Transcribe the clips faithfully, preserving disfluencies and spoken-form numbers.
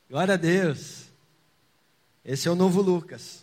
Glória a Deus. Esse é o novo Lucas.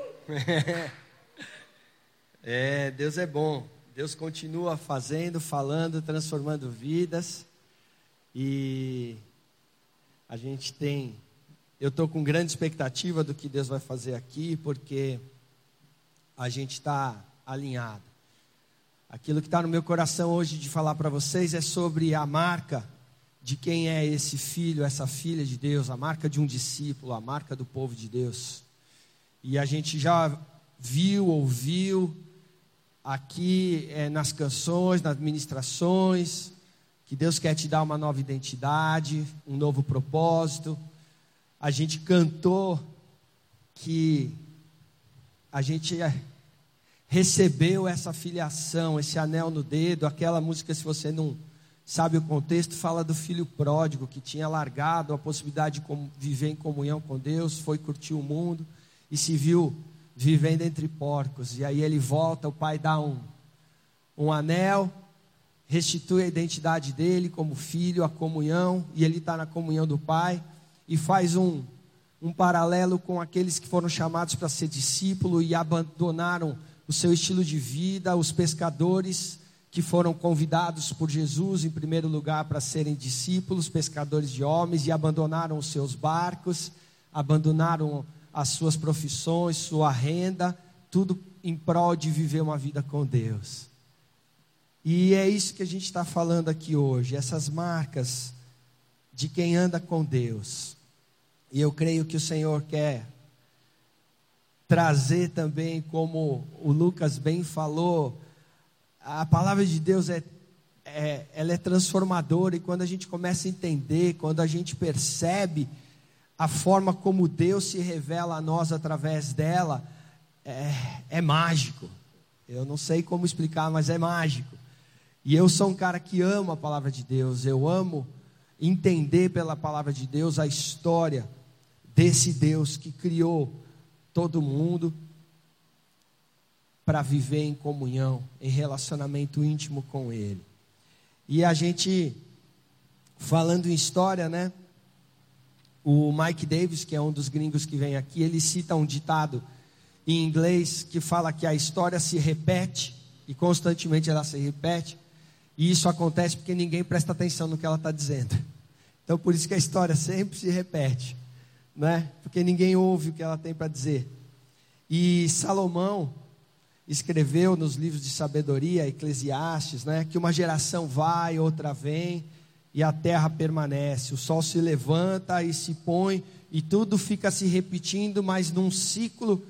É, Deus é bom. Deus continua fazendo, falando, transformando vidas. E a gente tem... Eu estou com grande expectativa do que Deus vai fazer aqui, porque a gente está alinhado. Aquilo que está no meu coração hoje de falar para vocês é sobre a marca de quem é esse filho, essa filha de Deus, a marca de um discípulo, a marca do povo de Deus. E a gente já viu, ouviu aqui é, nas canções, nas ministrações, que Deus quer te dar uma nova identidade, um novo propósito. A gente cantou que a gente recebeu essa filiação, esse anel no dedo. Aquela música, se você não sabe o contexto, fala do filho pródigo que tinha largado a possibilidade de viver em comunhão com Deus, foi curtir o mundo e se viu vivendo entre porcos. E aí ele volta, o pai dá um, um anel, restitui a identidade dele como filho, a comunhão, e ele está na comunhão do pai, e faz um, um paralelo com aqueles que foram chamados para ser discípulo e abandonaram o seu estilo de vida, os pescadores que foram convidados por Jesus em primeiro lugar para serem discípulos, pescadores de homens, e abandonaram os seus barcos, abandonaram as suas profissões, sua renda, tudo em prol de viver uma vida com Deus. E é isso que a gente está falando aqui hoje, essas marcas de quem anda com Deus. E eu creio que o Senhor quer trazer também, como o Lucas bem falou, a palavra de Deus é, é, ela é transformadora, e quando a gente começa a entender, quando a gente percebe a forma como Deus se revela a nós através dela, é, é mágico. Eu não sei como explicar, mas é mágico. E eu sou um cara que ama a palavra de Deus, eu amo entender pela palavra de Deus a história desse Deus que criou todo mundo para viver em comunhão, em relacionamento íntimo com Ele. E a gente, falando em história, né? O Mike Davis, que é um dos gringos que vem aqui, ele cita um ditado em inglês que fala que a história se repete, e constantemente ela se repete, e isso acontece porque ninguém presta atenção no que ela está dizendo. Então por isso que a história sempre se repete, né? Porque ninguém ouve o que ela tem para dizer. E Salomão escreveu nos livros de sabedoria, Eclesiastes, né, que uma geração vai, outra vem, e a terra permanece. O sol se levanta e se põe, e tudo fica se repetindo, mas num ciclo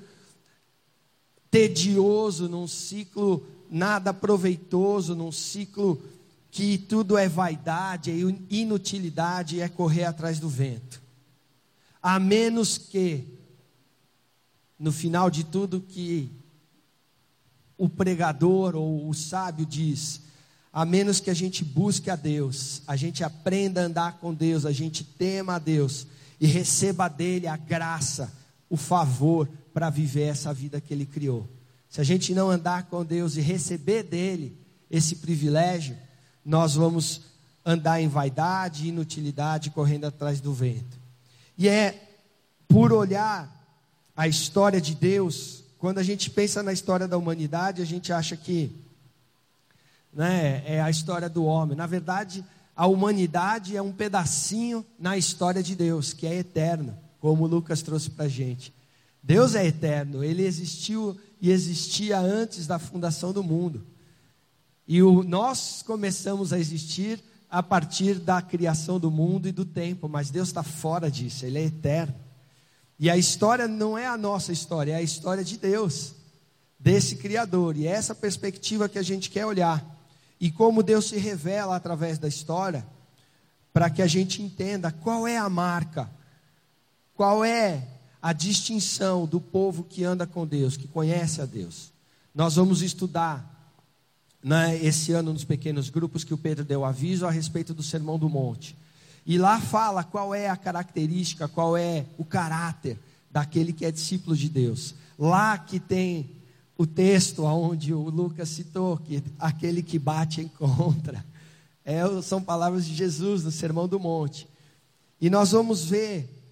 tedioso, num ciclo nada proveitoso, num ciclo que tudo é vaidade, é inutilidade, é correr atrás do vento. A menos que, no final de tudo, que o pregador ou o sábio diz, a menos que a gente busque a Deus, a gente aprenda a andar com Deus, a gente tema a Deus e receba dele a graça, o favor para viver essa vida que ele criou. Se a gente não andar com Deus e receber dele esse privilégio, nós vamos andar em vaidade, inutilidade, correndo atrás do vento. E é por olhar a história de Deus, quando a gente pensa na história da humanidade, a gente acha que, né, é a história do homem. Na verdade, a humanidade é um pedacinho na história de Deus, que é eterno, como o Lucas trouxe para a gente. Deus é eterno, Ele existiu e existia antes da fundação do mundo. E o, nós começamos a existir a partir da criação do mundo e do tempo, mas Deus está fora disso, Ele é eterno. E a história não é a nossa história, é a história de Deus, desse Criador. E é essa perspectiva que a gente quer olhar. E como Deus se revela através da história, para que a gente entenda qual é a marca, qual é a distinção do povo que anda com Deus, que conhece a Deus. Nós vamos estudar, né, esse ano nos pequenos grupos que o Pedro deu aviso a respeito do Sermão do Monte. E lá fala qual é a característica, qual é o caráter daquele que é discípulo de Deus. Lá que tem o texto onde o Lucas citou, que aquele que bate encontra. É, são palavras de Jesus no Sermão do Monte. E nós vamos ver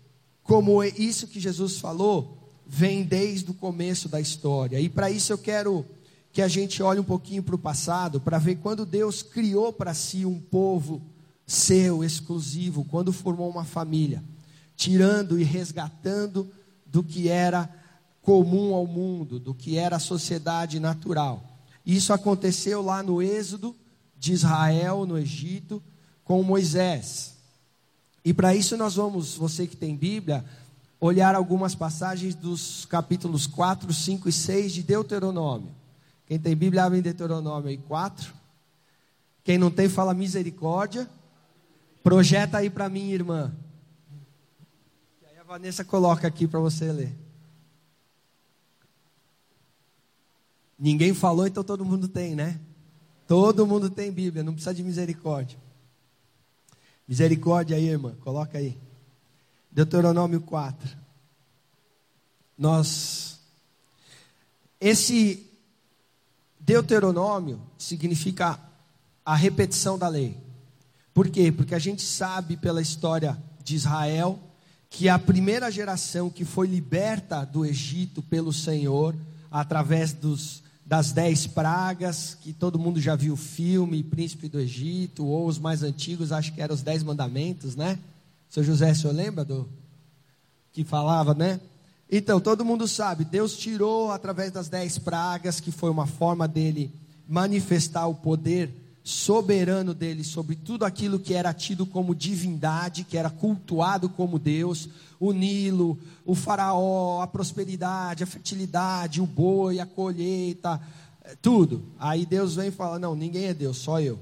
como isso que Jesus falou, vem desde o começo da história. E para isso eu quero que a gente olhe um pouquinho para o passado, para ver quando Deus criou para si um povo seu, exclusivo, quando formou uma família, tirando e resgatando do que era comum ao mundo, do que era a sociedade natural. Isso aconteceu lá no êxodo de Israel, no Egito, com Moisés. E para isso nós vamos, você que tem Bíblia, olhar algumas passagens dos capítulos quatro, cinco e seis de Deuteronômio. Quem tem Bíblia, abre em Deuteronômio aí quatro. Quem não tem, fala misericórdia. Projeta aí para mim, irmã. E aí a Vanessa coloca aqui para você ler. Ninguém falou, então todo mundo tem, né? Todo mundo tem Bíblia, não precisa de misericórdia. Misericórdia aí, irmã, coloca aí. Deuteronômio quatro. Nós, esse Deuteronômio significa a repetição da lei. Por quê? Porque a gente sabe pela história de Israel que a primeira geração que foi liberta do Egito pelo Senhor, através dos, das dez pragas, que todo mundo já viu o filme, Príncipe do Egito, ou os mais antigos, acho que eram os dez mandamentos, né? Seu José, o senhor lembra do que falava, né? Então, todo mundo sabe, Deus tirou através das dez pragas, que foi uma forma dele manifestar o poder soberano dele sobre tudo aquilo que era tido como divindade, que era cultuado como Deus, o Nilo, o faraó, a prosperidade, a fertilidade, o boi, a colheita, tudo. Aí Deus vem e fala, não, ninguém é Deus, só eu.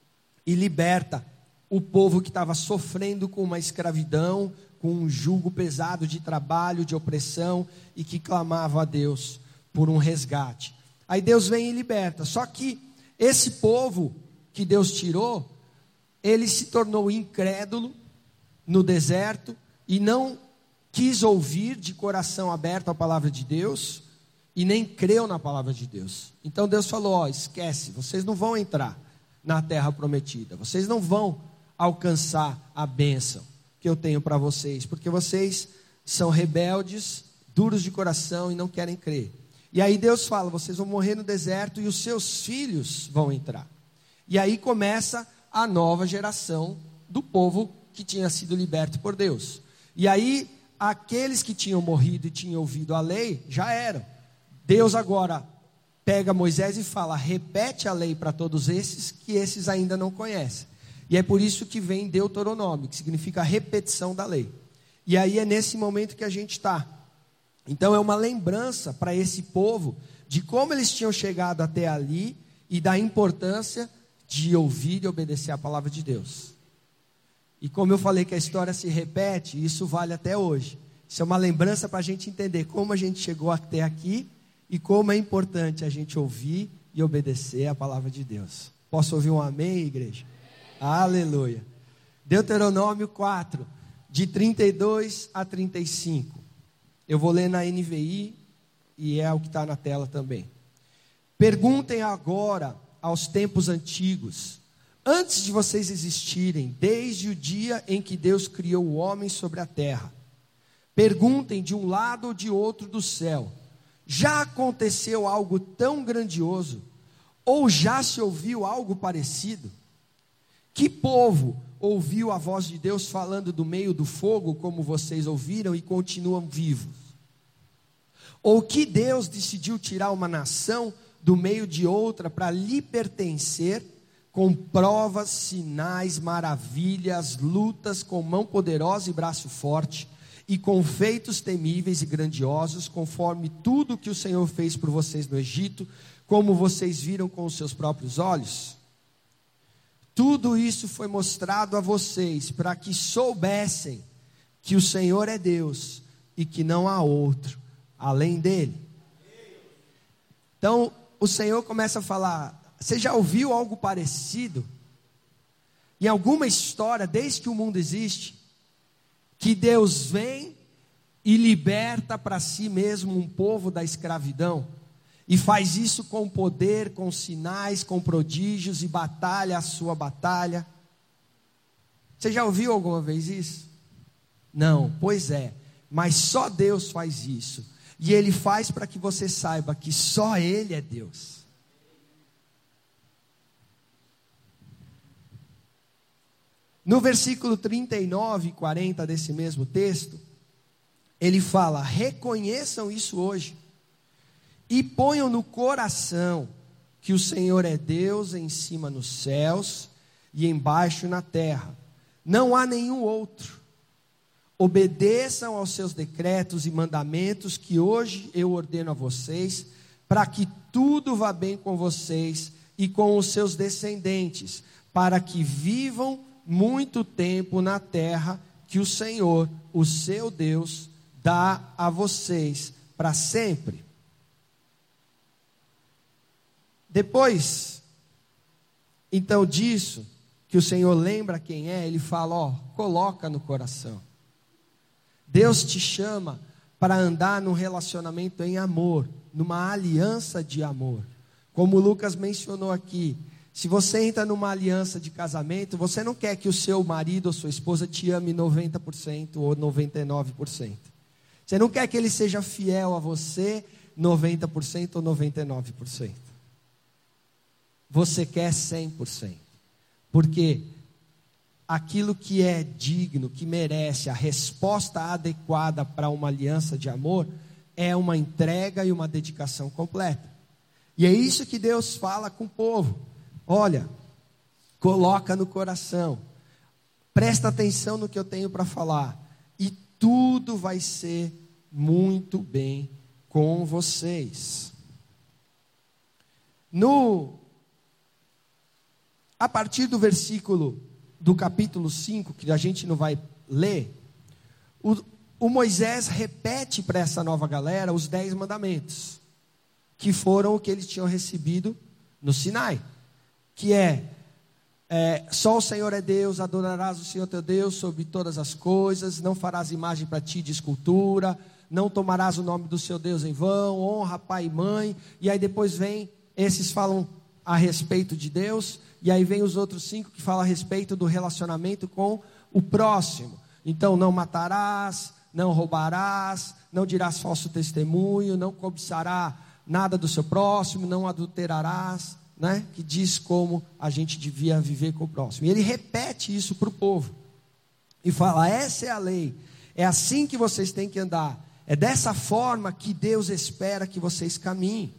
E liberta o povo que estava sofrendo com uma escravidão, com um jugo pesado de trabalho, de opressão, e que clamava a Deus por um resgate. Aí Deus vem e liberta. Só que esse povo que Deus tirou, ele se tornou incrédulo no deserto, e não quis ouvir de coração aberto a palavra de Deus, e nem creu na palavra de Deus. Então Deus falou, ó, esquece, vocês não vão entrar na terra prometida, vocês não vão alcançar a bênção que eu tenho para vocês, porque vocês são rebeldes, duros de coração e não querem crer. E aí Deus fala, vocês vão morrer no deserto e os seus filhos vão entrar. E aí começa a nova geração do povo que tinha sido liberto por Deus. E aí aqueles que tinham morrido e tinham ouvido a lei, já eram. Deus agora pega Moisés e fala, repete a lei para todos esses, que esses ainda não conhecem. E é por isso que vem Deuteronômio, que significa a repetição da lei. E aí é nesse momento que a gente está. Então é uma lembrança para esse povo, de como eles tinham chegado até ali, e da importância de ouvir e obedecer a palavra de Deus. E como eu falei que a história se repete, isso vale até hoje. Isso é uma lembrança para a gente entender como a gente chegou até aqui, e como é importante a gente ouvir e obedecer a palavra de Deus. Posso ouvir um amém, igreja? Aleluia. Deuteronômio quatro, de trinta e dois a trinta e cinco. Eu vou ler na N V I, e é o que está na tela também. Perguntem agora aos tempos antigos, antes de vocês existirem, desde o dia em que Deus criou o homem sobre a terra. Perguntem de um lado ou de outro do céu, já aconteceu algo tão grandioso? Ou já se ouviu algo parecido? Que povo ouviu a voz de Deus falando do meio do fogo, como vocês ouviram, e continuam vivos? Ou que Deus decidiu tirar uma nação do meio de outra para lhe pertencer, com provas, sinais, maravilhas, lutas, com mão poderosa e braço forte, e com feitos temíveis e grandiosos, conforme tudo que o Senhor fez por vocês no Egito, como vocês viram com os seus próprios olhos? Tudo isso foi mostrado a vocês, para que soubessem que o Senhor é Deus, e que não há outro além dele. Então, o Senhor começa a falar, você já ouviu algo parecido? Em alguma história, desde que o mundo existe, que Deus vem e liberta para si mesmo um povo da escravidão, e faz isso com poder, com sinais, com prodígios, e batalha a sua batalha. Você já ouviu alguma vez isso? Não, pois é, Mas só Deus faz isso. E Ele faz para que você saiba que só Ele é Deus. No versículo trinta e nove e quarenta desse mesmo texto, ele fala: reconheçam isso hoje e ponham no coração que o Senhor é Deus em cima nos céus e embaixo na terra. Não há nenhum outro. Obedeçam aos seus decretos e mandamentos que hoje eu ordeno a vocês, para que tudo vá bem com vocês e com os seus descendentes, para que vivam muito tempo na terra que o Senhor, o seu Deus, dá a vocês para sempre. Depois, então disso, que o Senhor lembra quem é, Ele fala, ó, coloca no coração. Deus te chama para andar num relacionamento em amor, numa aliança de amor. Como o Lucas mencionou aqui, se você entra numa aliança de casamento, você não quer que o seu marido ou sua esposa te ame noventa por cento ou noventa e nove por cento. Você não quer que ele seja fiel a você noventa por cento ou noventa e nove por cento. Você quer cem por cento. Porque aquilo que é digno, que merece a resposta adequada para uma aliança de amor, é uma entrega e uma dedicação completa. E é isso que Deus fala com o povo. Olha, coloca no coração, presta atenção no que eu tenho para falar, e tudo vai ser muito bem com vocês. No, a partir do versículo do capítulo cinco, que a gente não vai ler, o, o Moisés repete para essa nova galera os dez mandamentos, que foram o que eles tinham recebido no Sinai, que é, é, só o Senhor é Deus, adorarás o Senhor teu Deus sobre todas as coisas, não farás imagem para ti de escultura, não tomarás o nome do seu Deus em vão, honra pai e mãe, e aí depois vem, esses falam a respeito de Deus, e aí vem os outros cinco que falam a respeito do relacionamento com o próximo. Então, não matarás, não roubarás, não dirás falso testemunho, não cobiçará nada do seu próximo, não adulterarás, né? Que diz como a gente devia viver com o próximo. E ele repete isso para o povo, e fala, essa é a lei, é assim que vocês têm que andar, é dessa forma que Deus espera que vocês caminhem.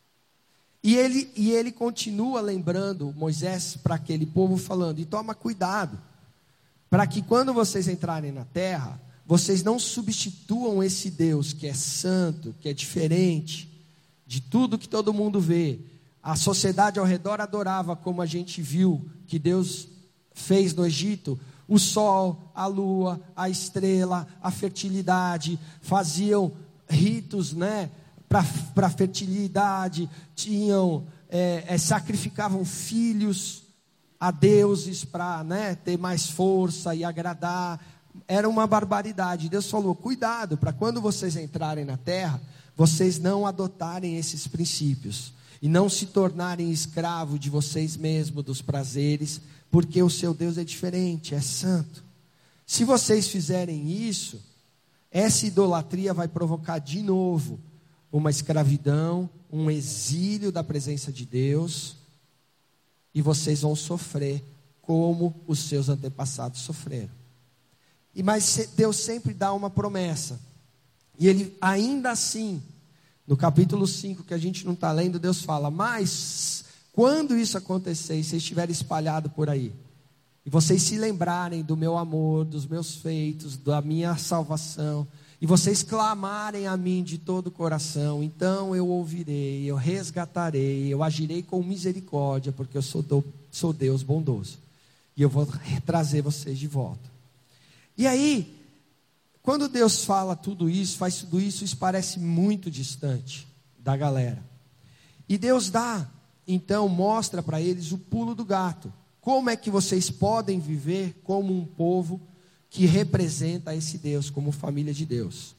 E ele, e ele continua lembrando Moisés para aquele povo, falando, e toma cuidado, para que quando vocês entrarem na terra, vocês não substituam esse Deus que é santo, que é diferente de tudo que todo mundo vê. A sociedade ao redor adorava, como a gente viu que Deus fez no Egito, o sol, a lua, a estrela, a fertilidade, faziam ritos, né? Para a fertilidade, tinham, é, é, sacrificavam filhos a deuses para, né, ter mais força e agradar. Era uma barbaridade. Deus falou, cuidado, para quando vocês entrarem na terra, vocês não adotarem esses princípios, e não se tornarem escravo de vocês mesmos, dos prazeres, porque o seu Deus é diferente, é santo. Se vocês fizerem isso, essa idolatria vai provocar de novo uma escravidão, um exílio da presença de Deus, e vocês vão sofrer como os seus antepassados sofreram. E mas Deus sempre dá uma promessa, e Ele ainda assim, no capítulo cinco, que a gente não está lendo, Deus fala, mas quando isso acontecer, e vocês estiverem espalhados por aí, e vocês se lembrarem do meu amor, dos meus feitos, da minha salvação, e vocês clamarem a mim de todo o coração, então eu ouvirei, eu resgatarei, eu agirei com misericórdia, porque eu sou, do, sou Deus bondoso, e eu vou trazer vocês de volta. E aí, quando Deus fala tudo isso, faz tudo isso, isso parece muito distante da galera. E Deus dá, então mostra para eles o pulo do gato. Como é que vocês podem viver como um povo que representa esse Deus, como família de Deus.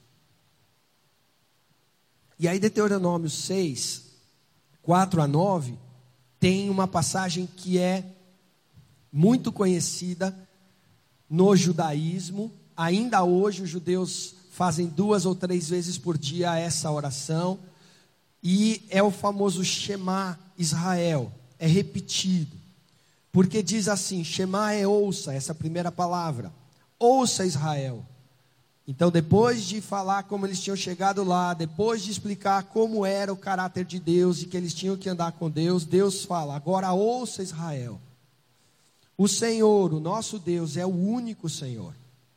E aí Deuteronômio seis, quatro a nove, tem uma passagem que é muito conhecida no judaísmo. Ainda hoje os judeus fazem duas ou três vezes por dia essa oração. E é o famoso Shema Israel. É repetido. Porque diz assim, Shema é ouça, essa primeira palavra. Ouça Israel. Então depois de falar como eles tinham chegado lá, depois de explicar como era o caráter de Deus e que eles tinham que andar com Deus, Deus fala, agora ouça Israel. O Senhor, o nosso Deus, é o único Senhor.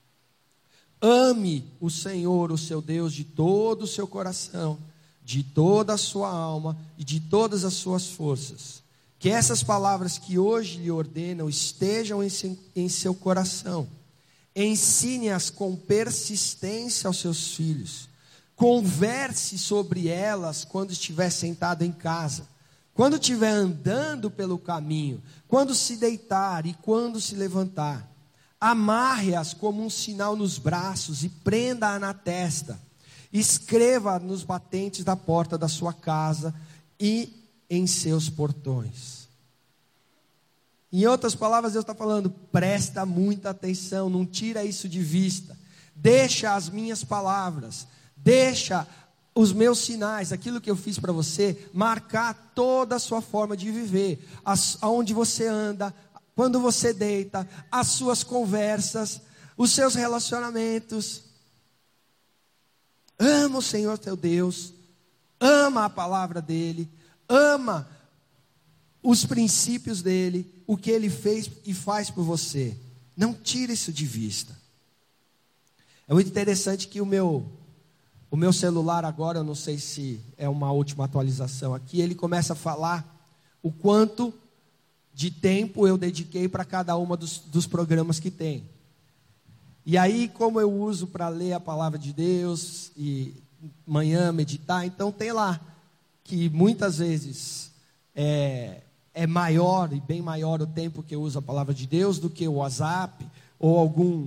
Ame o Senhor, o seu Deus, de todo o seu coração, de toda a sua alma e de todas as suas forças. Que essas palavras que hoje lhe ordenam estejam em seu, em seu coração. Ensine-as com persistência aos seus filhos. Converse sobre elas quando estiver sentado em casa, quando estiver andando pelo caminho, quando se deitar e quando se levantar. Amarre-as como um sinal nos braços e prenda-a na testa. Escreva nos batentes da porta da sua casa e em seus portões. Em outras palavras, Deus está falando, presta muita atenção, não tira isso de vista. Deixa as minhas palavras, deixa os meus sinais, aquilo que eu fiz para você, marcar toda a sua forma de viver, as, aonde você anda, quando você deita, as suas conversas, os seus relacionamentos. Ama o Senhor teu Deus, ama a palavra dEle, ama os princípios dEle, o que Ele fez e faz por você. Não tire isso de vista. É muito interessante que o meu, o meu celular agora, eu não sei se é uma última atualização aqui, ele começa a falar o quanto de tempo eu dediquei para cada uma dos, dos programas que tem. E aí, como eu uso para ler a palavra de Deus e manhã meditar, então tem lá que muitas vezes é, é maior e bem maior o tempo que eu uso a palavra de Deus do que o WhatsApp ou algum,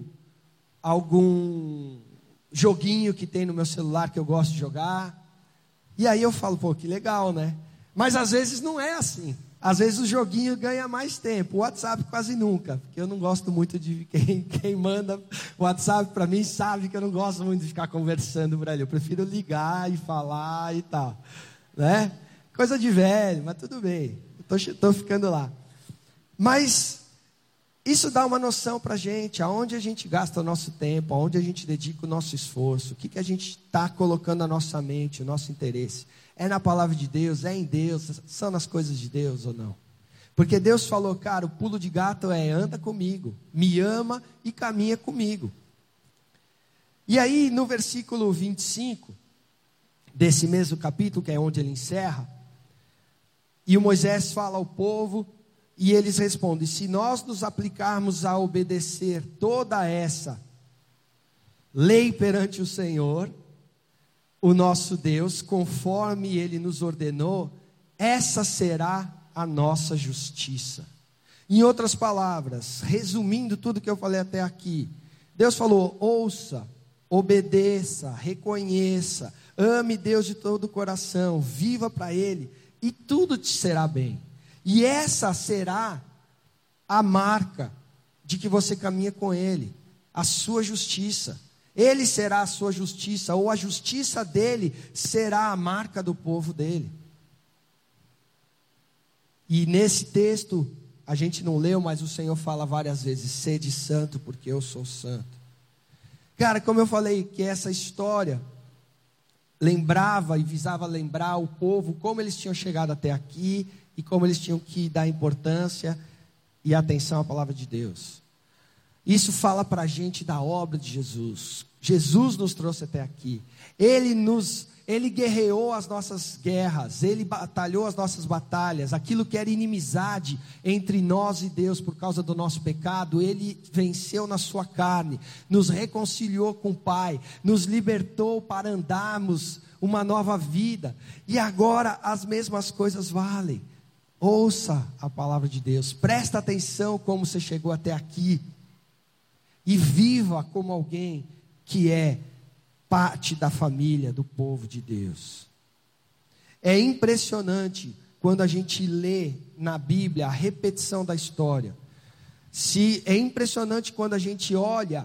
algum joguinho que tem no meu celular que eu gosto de jogar. E aí eu falo, pô, que legal, né? Mas às vezes não é assim. Às vezes o joguinho ganha mais tempo, o WhatsApp quase nunca, porque eu não gosto muito de, quem, quem manda o WhatsApp para mim sabe que eu não gosto muito de ficar conversando por ali, eu prefiro ligar e falar e tal, né? Coisa de velho, mas tudo bem, estou ficando lá. Mas isso dá uma noção para a gente, aonde a gente gasta o nosso tempo, aonde a gente dedica o nosso esforço, o que, que a gente está colocando a nossa mente, o nosso interesse. É na palavra de Deus, é em Deus, são nas coisas de Deus ou não? Porque Deus falou, cara, o pulo de gato é anda comigo, me ama e caminha comigo. E aí no versículo vinte e cinco, desse mesmo capítulo, que é onde ele encerra, e o Moisés fala ao povo, e eles respondem, se nós nos aplicarmos a obedecer toda essa lei perante o Senhor, o nosso Deus, conforme Ele nos ordenou, essa será a nossa justiça. Em outras palavras, resumindo tudo que eu falei até aqui, Deus falou, ouça, obedeça, reconheça, ame Deus de todo o coração, viva para Ele, e tudo te será bem. E essa será a marca de que você caminha com Ele, a sua justiça. Ele será a sua justiça, ou a justiça dele será a marca do povo dele. E nesse texto, a gente não leu, mas o Senhor fala várias vezes, sede santo, porque eu sou santo. Cara, como eu falei, que essa história lembrava e visava lembrar o povo, como eles tinham chegado até aqui, e como eles tinham que dar importância e atenção à palavra de Deus. Isso fala para a gente da obra de Jesus. Jesus nos trouxe até aqui. Ele nos, Ele guerreou as nossas guerras. Ele batalhou as nossas batalhas. Aquilo que era inimizade entre nós e Deus por causa do nosso pecado, Ele venceu na sua carne. Nos reconciliou com o Pai. Nos libertou para andarmos uma nova vida. E agora as mesmas coisas valem. Ouça a palavra de Deus. Presta atenção como você chegou até aqui. E viva como alguém que é parte da família do povo de Deus. É impressionante quando a gente lê na Bíblia a repetição da história. Se é impressionante quando a gente olha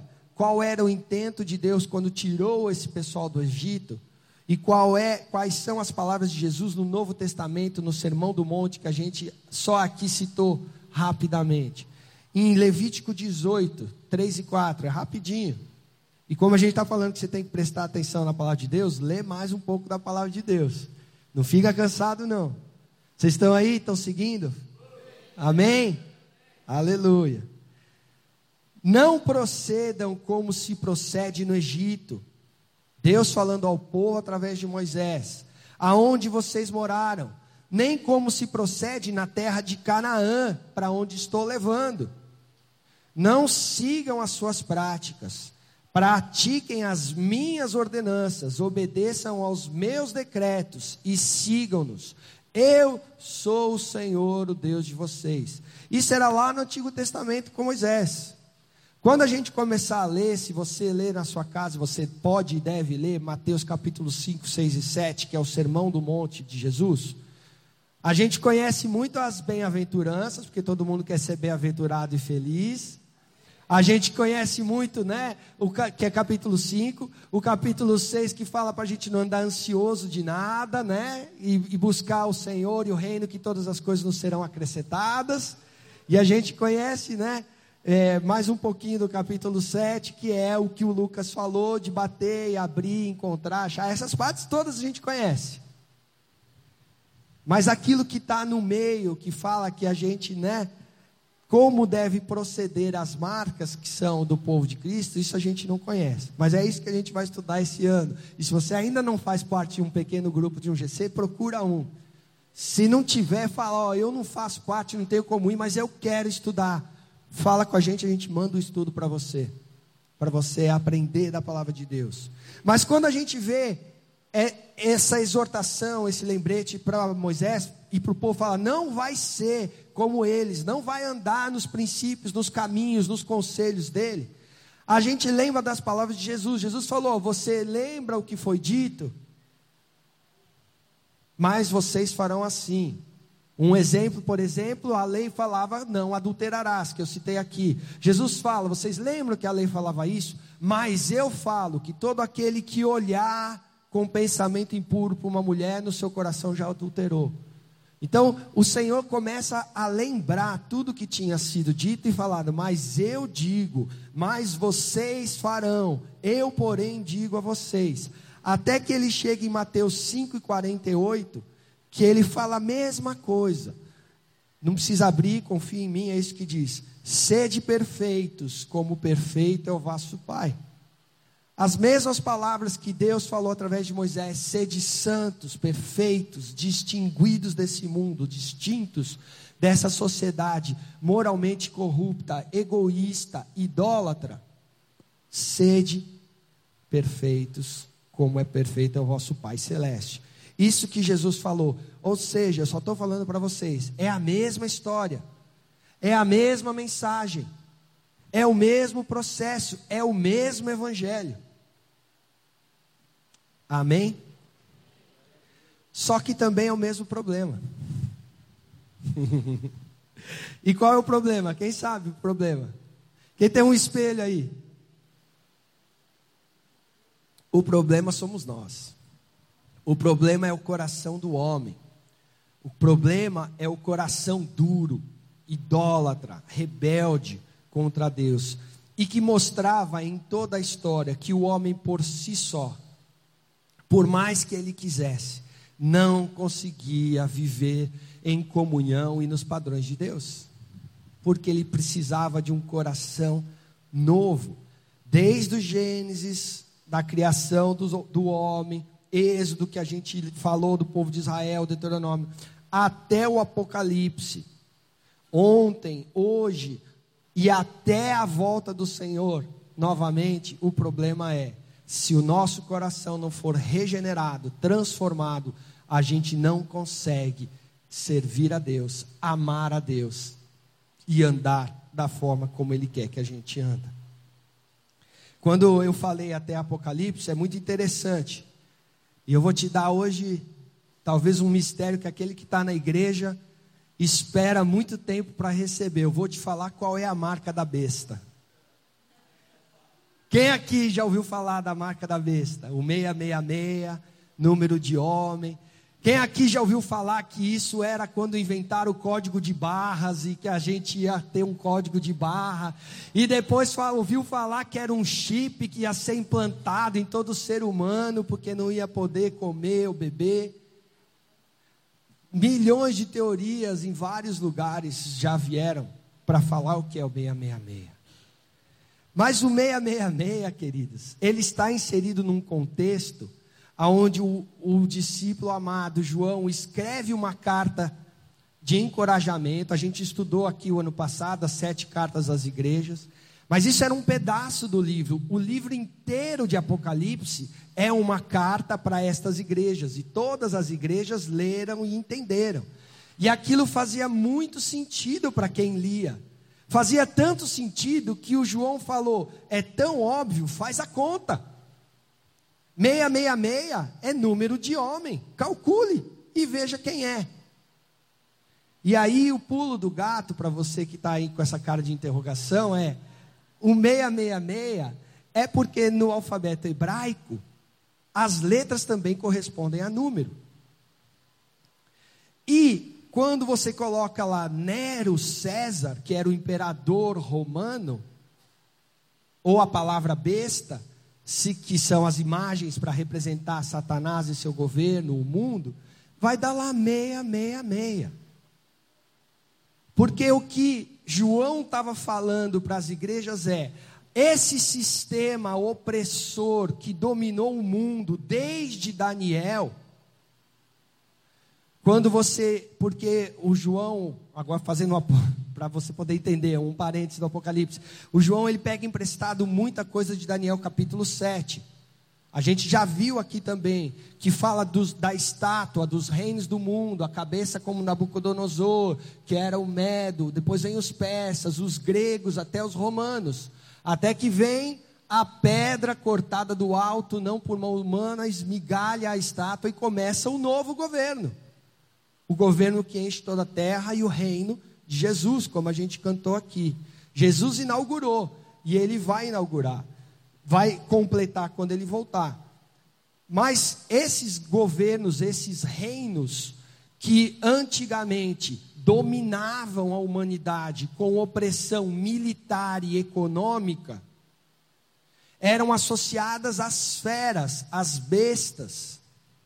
qual era o intento de Deus quando tirou esse pessoal do Egito, e qual é, quais são as palavras de Jesus no Novo Testamento, no Sermão do Monte, que a gente só aqui citou rapidamente. Em Levítico dezoito, três e quatro, é rapidinho. E como a gente está falando que você tem que prestar atenção na palavra de Deus, lê mais um pouco da palavra de Deus. Não fica cansado não. Vocês estão aí? Estão seguindo? Amém? Aleluia. Não procedam como se procede no Egito. Deus falando ao povo através de Moisés. Aonde vocês moraram. Nem como se procede na terra de Canaã, para onde estou levando. Não sigam as suas práticas. Pratiquem as minhas ordenanças. Obedeçam aos meus decretos e sigam-nos. Eu sou o Senhor, o Deus de vocês. Isso era lá no Antigo Testamento com Moisés. Quando a gente começar a ler, se você ler na sua casa, você pode e deve ler Mateus capítulo cinco, seis e sete, que é o Sermão do Monte de Jesus. A gente conhece muito as bem-aventuranças, porque todo mundo quer ser bem-aventurado e feliz. A gente conhece muito, né, o, que é capítulo cinco, o capítulo seis que fala para a gente não andar ansioso de nada, né, e, e buscar o Senhor e o reino, que todas as coisas nos serão acrescentadas. E a gente conhece, né, É, mais um pouquinho do capítulo sete, que é o que o Lucas falou, de bater, abrir, encontrar, achar. Essas partes todas a gente conhece. Mas aquilo que está no meio, que fala que a gente, né, como deve proceder as marcas que são do povo de Cristo, isso a gente não conhece. Mas é isso que a gente vai estudar esse ano. E se você ainda não faz parte de um pequeno grupo de um G C, procura um. Se não tiver, fala, ó, eu não faço parte, não tenho como ir, mas eu quero estudar. Fala com a gente, a gente manda o estudo para você, para você aprender da palavra de Deus. Mas quando a gente vê é, essa exortação, esse lembrete para Moisés e para o povo, fala, não vai ser como eles, não vai andar nos princípios, nos caminhos, nos conselhos dele. A gente lembra das palavras de Jesus. Jesus falou, você lembra o que foi dito? Mas vocês farão assim. Um exemplo, por exemplo, a lei falava, não adulterarás, que eu citei aqui. Jesus fala, vocês lembram que a lei falava isso? Mas eu falo que todo aquele que olhar com pensamento impuro para uma mulher, no seu coração já adulterou. Então, o Senhor começa a lembrar tudo que tinha sido dito e falado, mas eu digo, mas vocês farão, eu porém digo a vocês. Até que ele chega em Mateus cinco e quarenta e oito, que ele fala a mesma coisa. Não precisa abrir, confia em mim, é isso que diz. Sede perfeitos, como perfeito é o vosso Pai. As mesmas palavras que Deus falou através de Moisés, sede santos, perfeitos, distinguidos desse mundo, distintos dessa sociedade moralmente corrupta, egoísta, idólatra. Sede perfeitos, como é perfeito é o vosso Pai Celeste. Isso que Jesus falou, ou seja, eu só estou falando para vocês, é a mesma história, é a mesma mensagem, é o mesmo processo, é o mesmo evangelho. Amém? Só que também é o mesmo problema. E qual é o problema? Quem sabe o problema? Quem tem um espelho aí? O problema somos nós. O problema é o coração do homem. O problema é o coração duro, idólatra, rebelde contra Deus. E que mostrava em toda a história que o homem por si só, por mais que ele quisesse, não conseguia viver em comunhão e nos padrões de Deus. Porque ele precisava de um coração novo. Desde o Gênesis, da criação do, do homem, Êxodo, que a gente falou do povo de Israel, Deuteronômio, até o Apocalipse, ontem, hoje, e até a volta do Senhor, novamente, o problema é, se o nosso coração não for regenerado, transformado, a gente não consegue servir a Deus, amar a Deus, e andar da forma como Ele quer que a gente anda. Quando eu falei até Apocalipse, é muito interessante. E eu vou te dar hoje, talvez um mistério que aquele que está na igreja espera muito tempo para receber. Eu vou te falar qual é a marca da besta. Quem aqui já ouviu falar da marca da besta? O seiscentos e sessenta e seis, número de homem. Quem aqui já ouviu falar que isso era quando inventaram o código de barras e que a gente ia ter um código de barra? E depois ouviu falar que era um chip que ia ser implantado em todo ser humano porque não ia poder comer ou beber? Milhões de teorias em vários lugares já vieram para falar o que é o seiscentos e sessenta e seis. Mas o seiscentos e sessenta e seis, queridos, ele está inserido num contexto onde o, o discípulo amado João escreve uma carta de encorajamento. A gente estudou aqui o ano passado as sete cartas às igrejas, mas isso era um pedaço do livro. O livro inteiro de Apocalipse é uma carta para estas igrejas, e todas as igrejas leram e entenderam, e aquilo fazia muito sentido para quem lia. Fazia tanto sentido que o João falou: é tão óbvio, faz a conta. seiscentos e sessenta e seis é número de homem, calcule e veja quem é. E aí o pulo do gato, para você que está aí com essa cara de interrogação, é: o seiscentos e sessenta e seis é porque no alfabeto hebraico, as letras também correspondem a número. E quando você coloca lá Nero César, que era o imperador romano, ou a palavra besta, se, que são as imagens para representar Satanás e seu governo, o mundo, vai dar lá seiscentos e sessenta e seis. Porque o que João estava falando para as igrejas é: esse sistema opressor que dominou o mundo desde Daniel, quando você, porque o João, agora fazendo uma, para você poder entender, um parênteses do Apocalipse, o João ele pega emprestado muita coisa de Daniel capítulo sete. A gente já viu aqui também, que fala dos, da estátua, dos reinos do mundo, a cabeça como Nabucodonosor, que era o Medo, depois vem os persas, os gregos, até os romanos, até que vem a pedra cortada do alto, não por mão humana, esmigalha a estátua e começa o novo governo. O governo que enche toda a terra e o reino de Jesus, como a gente cantou aqui. Jesus inaugurou e ele vai inaugurar, vai completar quando ele voltar. Mas esses governos, esses reinos que antigamente dominavam a humanidade com opressão militar e econômica, eram associadas às feras, às bestas,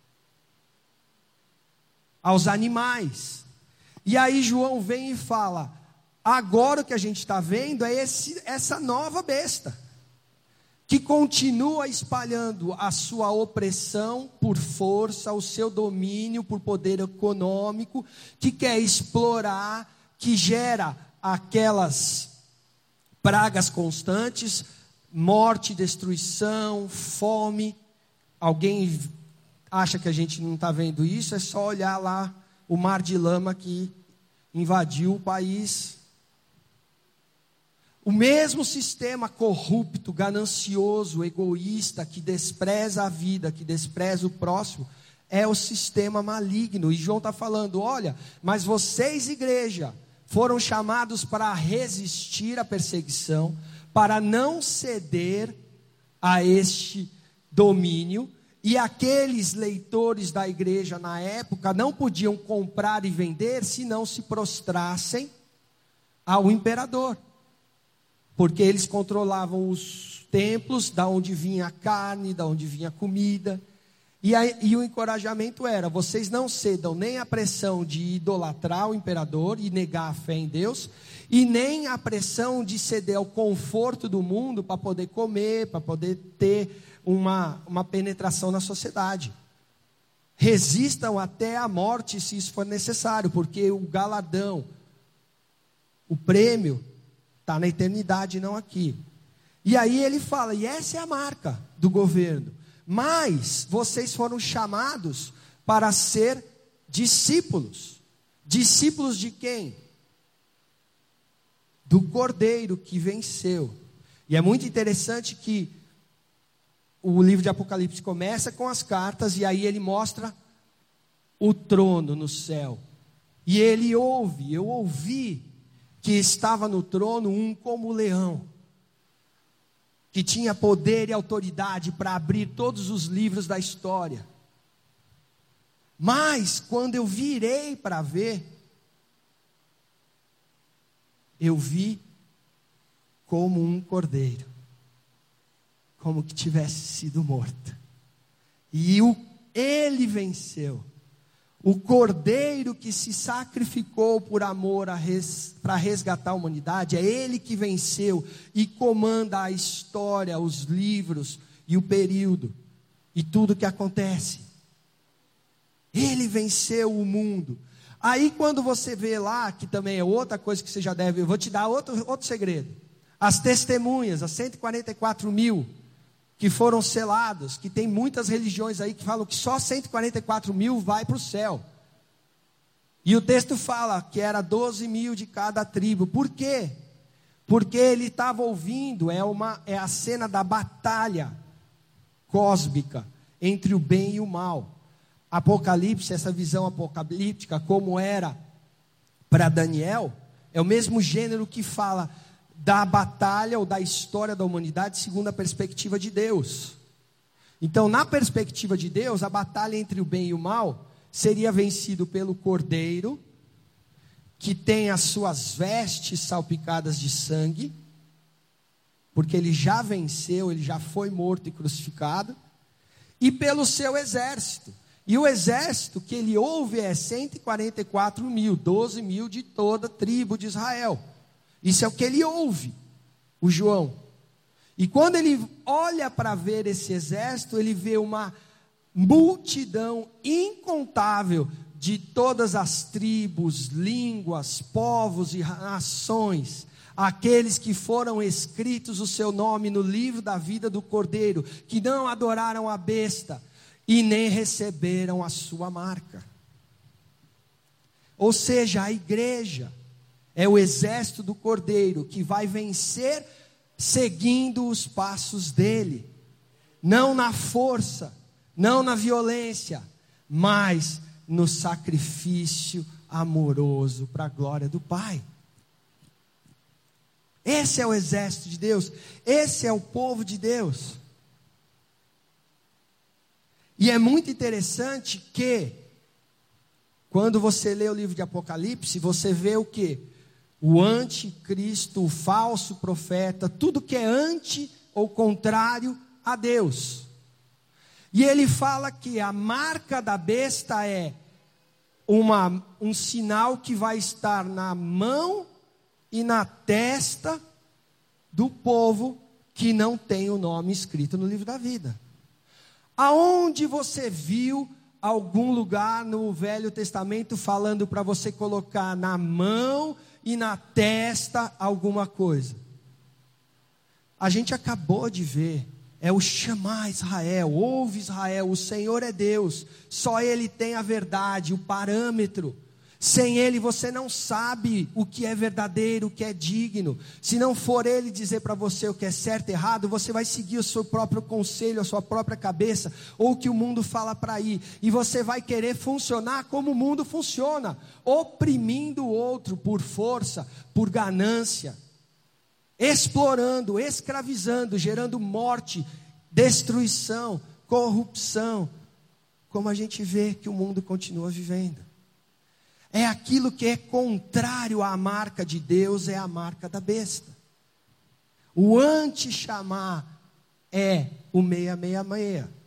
aos animais. E aí João vem e fala: agora o que a gente está vendo é esse, essa nova besta, que continua espalhando a sua opressão por força, o seu domínio por poder econômico, que quer explorar, que gera aquelas pragas constantes, morte, destruição, fome. Alguém acha que a gente não está vendo isso? É só olhar lá o mar de lama que invadiu o país. O mesmo sistema corrupto, ganancioso, egoísta, que despreza a vida, que despreza o próximo, é o sistema maligno. E João está falando: olha, mas vocês, igreja, foram chamados para resistir à perseguição, para não ceder a este domínio. E aqueles leitores da igreja na época não podiam comprar e vender se não se prostrassem ao imperador, porque eles controlavam os templos, da onde vinha a carne, da onde vinha a comida. E, aí, e o encorajamento era: vocês não cedam nem à pressão de idolatrar o imperador e negar a fé em Deus, e nem à pressão de ceder ao conforto do mundo para poder comer, para poder ter Uma, uma penetração na sociedade. Resistam até a morte se isso for necessário, porque o galadão, o prêmio, está na eternidade, não aqui. E aí ele fala: e essa é a marca do governo. Mas vocês foram chamados para ser discípulos. Discípulos de quem? Do Cordeiro que venceu. E é muito interessante que o livro de Apocalipse começa com as cartas, e aí ele mostra o trono no céu. E ele ouve, eu ouvi que estava no trono um como leão, que tinha poder e autoridade para abrir todos os livros da história. Mas, quando eu virei para ver, eu vi como um cordeiro, como que tivesse sido morto. E o, ele venceu. O cordeiro que se sacrificou por amor res, para resgatar a humanidade, é ele que venceu e comanda a história, os livros e o período e tudo que acontece. Ele venceu o mundo. Aí quando você vê lá, que também é outra coisa que você já deve, eu vou te dar outro, outro segredo. As testemunhas, as cento e quarenta e quatro mil que foram selados, que tem muitas religiões aí que falam que só cento e quarenta e quatro mil vai para o céu. E o texto fala que era doze mil de cada tribo. Por quê? Porque ele estava ouvindo, é, uma, é a cena da batalha cósmica entre o bem e o mal. Apocalipse, essa visão apocalíptica, como era para Daniel, é o mesmo gênero que fala da batalha ou da história da humanidade segundo a perspectiva de Deus. Então, na perspectiva de Deus, a batalha entre o bem e o mal seria vencido pelo cordeiro, que tem as suas vestes salpicadas de sangue, porque ele já venceu, ele já foi morto e crucificado, e pelo seu exército. E o exército que ele ouve é cento e quarenta e quatro mil, doze mil de toda a tribo de Israel. Isso é o que ele ouve, o João. E quando ele olha para ver esse exército, ele vê uma multidão incontável de todas as tribos, línguas, povos e nações. Aqueles que foram escritos o seu nome no livro da vida do Cordeiro, que não adoraram a besta e nem receberam a sua marca. Ou seja, a igreja é o exército do Cordeiro que vai vencer seguindo os passos dele. Não na força, não na violência, mas no sacrifício amoroso para a glória do Pai. Esse é o exército de Deus, esse é o povo de Deus. E é muito interessante que, quando você lê o livro de Apocalipse, você vê o quê? O anticristo, o falso profeta, tudo que é anti ou contrário a Deus. E ele fala que a marca da besta é uma, um sinal que vai estar na mão e na testa do povo que não tem o nome escrito no livro da vida. Aonde você viu algum lugar no Velho Testamento falando para você colocar na mão e na testa alguma coisa? A gente acabou de ver, é o chamar Israel, ouve Israel, o Senhor é Deus, só Ele tem a verdade, o parâmetro. Sem Ele você não sabe o que é verdadeiro, o que é digno. Se não for Ele dizer para você o que é certo e errado, você vai seguir o seu próprio conselho, a sua própria cabeça, ou o que o mundo fala para ir. E você vai querer funcionar como o mundo funciona, oprimindo o outro por força, por ganância, explorando, escravizando, gerando morte, destruição, corrupção, como a gente vê que o mundo continua vivendo. É aquilo que é contrário à marca de Deus, é a marca da besta. O anti-chamar é o seiscentos e sessenta e seis.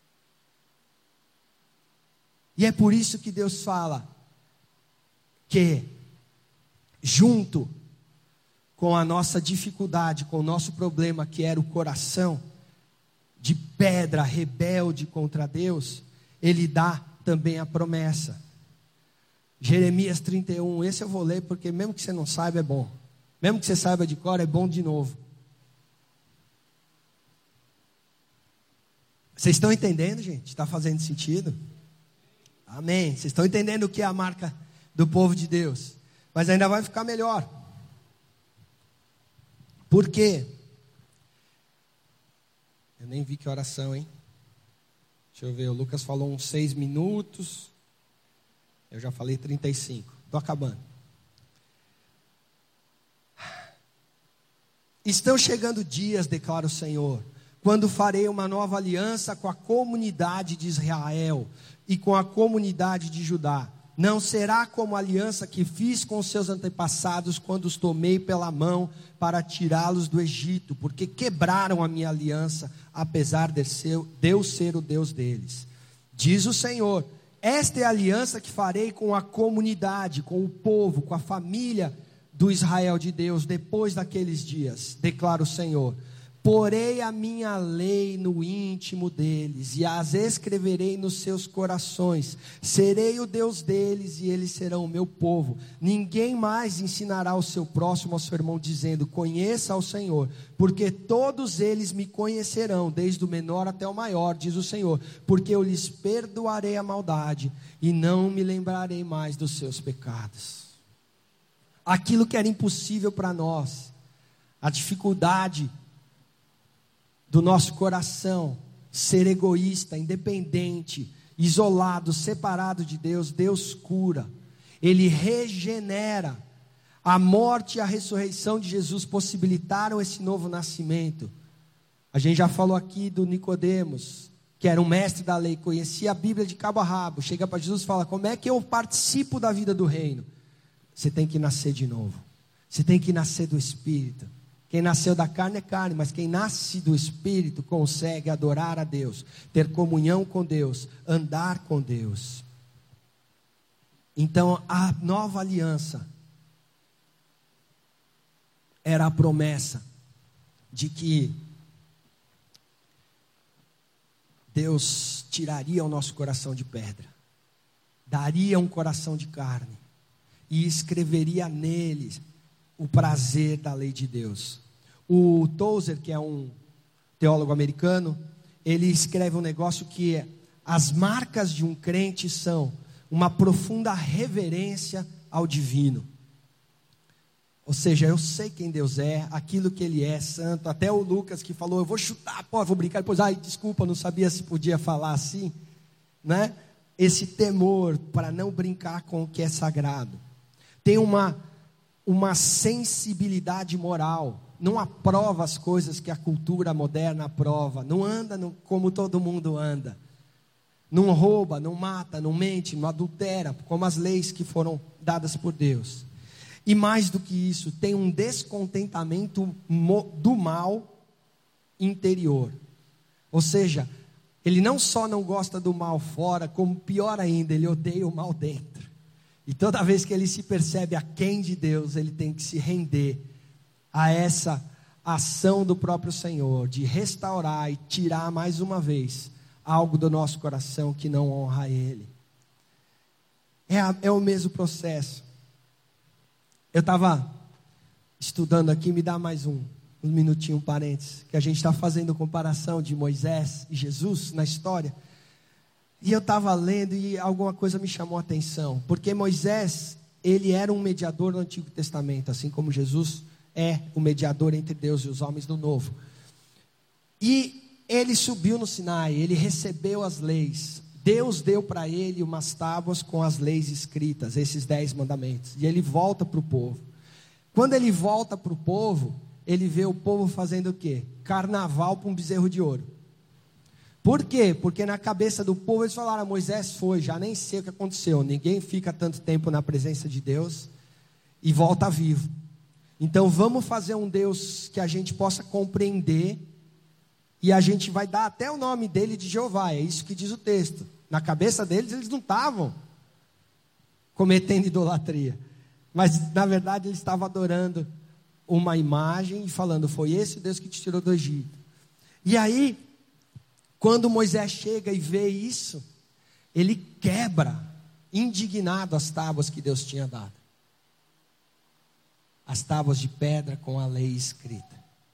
E é por isso que Deus fala que, junto com a nossa dificuldade, com o nosso problema, que era o coração de pedra rebelde contra Deus, Ele dá também a promessa. Jeremias trinta e um, esse eu vou ler porque mesmo que você não saiba é bom. Mesmo que você saiba de cor é bom de novo. Vocês estão entendendo, gente? Está fazendo sentido? Amém. Vocês estão entendendo o que é a marca do povo de Deus? Mas ainda vai ficar melhor. Por quê? Eu nem vi que oração, hein? Deixa eu ver, o Lucas falou uns seis minutos. Eu já falei trinta e cinco. Estou acabando. Estão chegando dias, declara o Senhor, quando farei uma nova aliança com a comunidade de Israel e com a comunidade de Judá. Não será como a aliança que fiz com os seus antepassados quando os tomei pela mão para tirá-los do Egito, porque quebraram a minha aliança, apesar de eu ser o Deus deles. Diz o Senhor, esta é a aliança que farei com a comunidade, com o povo, com a família do Israel de Deus, depois daqueles dias, declara o Senhor. Porei a minha lei no íntimo deles, e as escreverei nos seus corações. Serei o Deus deles, e eles serão o meu povo. Ninguém mais ensinará o seu próximo ao seu irmão, dizendo, conheça ao Senhor, porque todos eles me conhecerão, desde o menor até o maior, diz o Senhor, porque eu lhes perdoarei a maldade, e não me lembrarei mais dos seus pecados. Aquilo que era impossível para nós, a dificuldade do nosso coração, ser egoísta, independente, isolado, separado de Deus, Deus cura, Ele regenera. A morte e a ressurreição de Jesus possibilitaram esse novo nascimento. A gente já falou aqui do Nicodemos, que era um mestre da lei, conhecia a Bíblia de cabo a rabo, chega para Jesus e fala, como é que eu participo da vida do reino? Você tem que nascer de novo, você tem que nascer do Espírito. Quem nasceu da carne é carne, mas quem nasce do Espírito consegue adorar a Deus, ter comunhão com Deus, andar com Deus. Então a nova aliança era a promessa de que Deus tiraria o nosso coração de pedra, daria um coração de carne e escreveria neles o prazer da lei de Deus. O Tozer, que é um teólogo americano, ele escreve um negócio que é, as marcas de um crente são uma profunda reverência ao divino. Ou seja, eu sei quem Deus é, aquilo que Ele é, santo. Até o Lucas que falou, eu vou chutar, pô, vou brincar, depois, ai, desculpa, não sabia se podia falar assim, né? Esse temor para não brincar com o que é sagrado. Tem uma uma sensibilidade moral, não aprova as coisas que a cultura moderna aprova, não anda no, como todo mundo anda, não rouba, não mata, não mente, não adultera, como as leis que foram dadas por Deus. E mais do que isso, tem um descontentamento do mal interior, ou seja, ele não só não gosta do mal fora, como pior ainda, ele odeia o mal dentro. E toda vez que ele se percebe aquém de Deus, ele tem que se render a essa ação do próprio Senhor, de restaurar e tirar mais uma vez algo do nosso coração que não honra a Ele. É, a, é o mesmo processo. Eu estava estudando aqui, me dá mais um, um minutinho, um parênteses, que a gente está fazendo comparação de Moisés e Jesus na história. E eu estava lendo e alguma coisa me chamou a atenção, porque Moisés, ele era um mediador no Antigo Testamento, assim como Jesus é o mediador entre Deus e os homens do Novo. E ele subiu no Sinai, ele recebeu as leis, Deus deu para ele umas tábuas com as leis escritas, esses dez mandamentos, e ele volta para o povo. Quando ele volta para o povo, ele vê o povo fazendo o quê? Carnaval para um bezerro de ouro. Por quê? Porque na cabeça do povo eles falaram, Moisés foi, já nem sei o que aconteceu, ninguém fica tanto tempo na presença de Deus e volta vivo. Então vamos fazer um Deus que a gente possa compreender, e a gente vai dar até o nome dele de Jeová, é isso que diz o texto. Na cabeça deles eles não estavam cometendo idolatria, mas na verdade eles estavam adorando uma imagem e falando, foi esse o Deus que te tirou do Egito. E aí, quando Moisés chega e vê isso, ele quebra, indignado, as tábuas que Deus tinha dado. As tábuas de pedra com a lei escrita.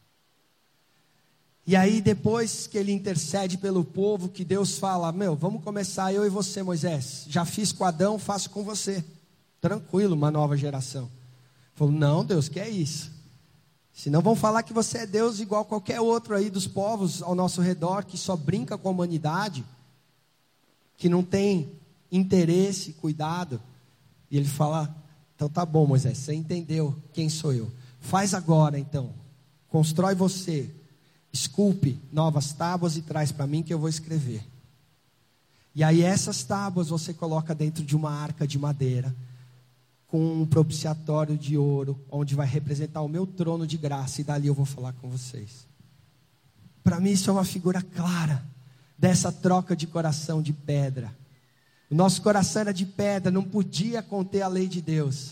E aí depois que ele intercede pelo povo, que Deus fala, meu, vamos começar eu e você, Moisés. Já fiz com Adão, faço com você. Tranquilo, uma nova geração. Falou, não Deus, que é isso? Senão vão falar que você é Deus igual qualquer outro aí dos povos ao nosso redor, que só brinca com a humanidade, que não tem interesse, cuidado. E ele fala, então tá bom Moisés, você entendeu quem sou eu. Faz agora então, constrói você, esculpe novas tábuas e traz para mim que eu vou escrever. E aí essas tábuas você coloca dentro de uma arca de madeira, com um propiciatório de ouro, onde vai representar o meu trono de graça, e dali eu vou falar com vocês. Para mim isso é uma figura clara, dessa troca de coração de pedra. O nosso coração era de pedra, não podia conter a lei de Deus.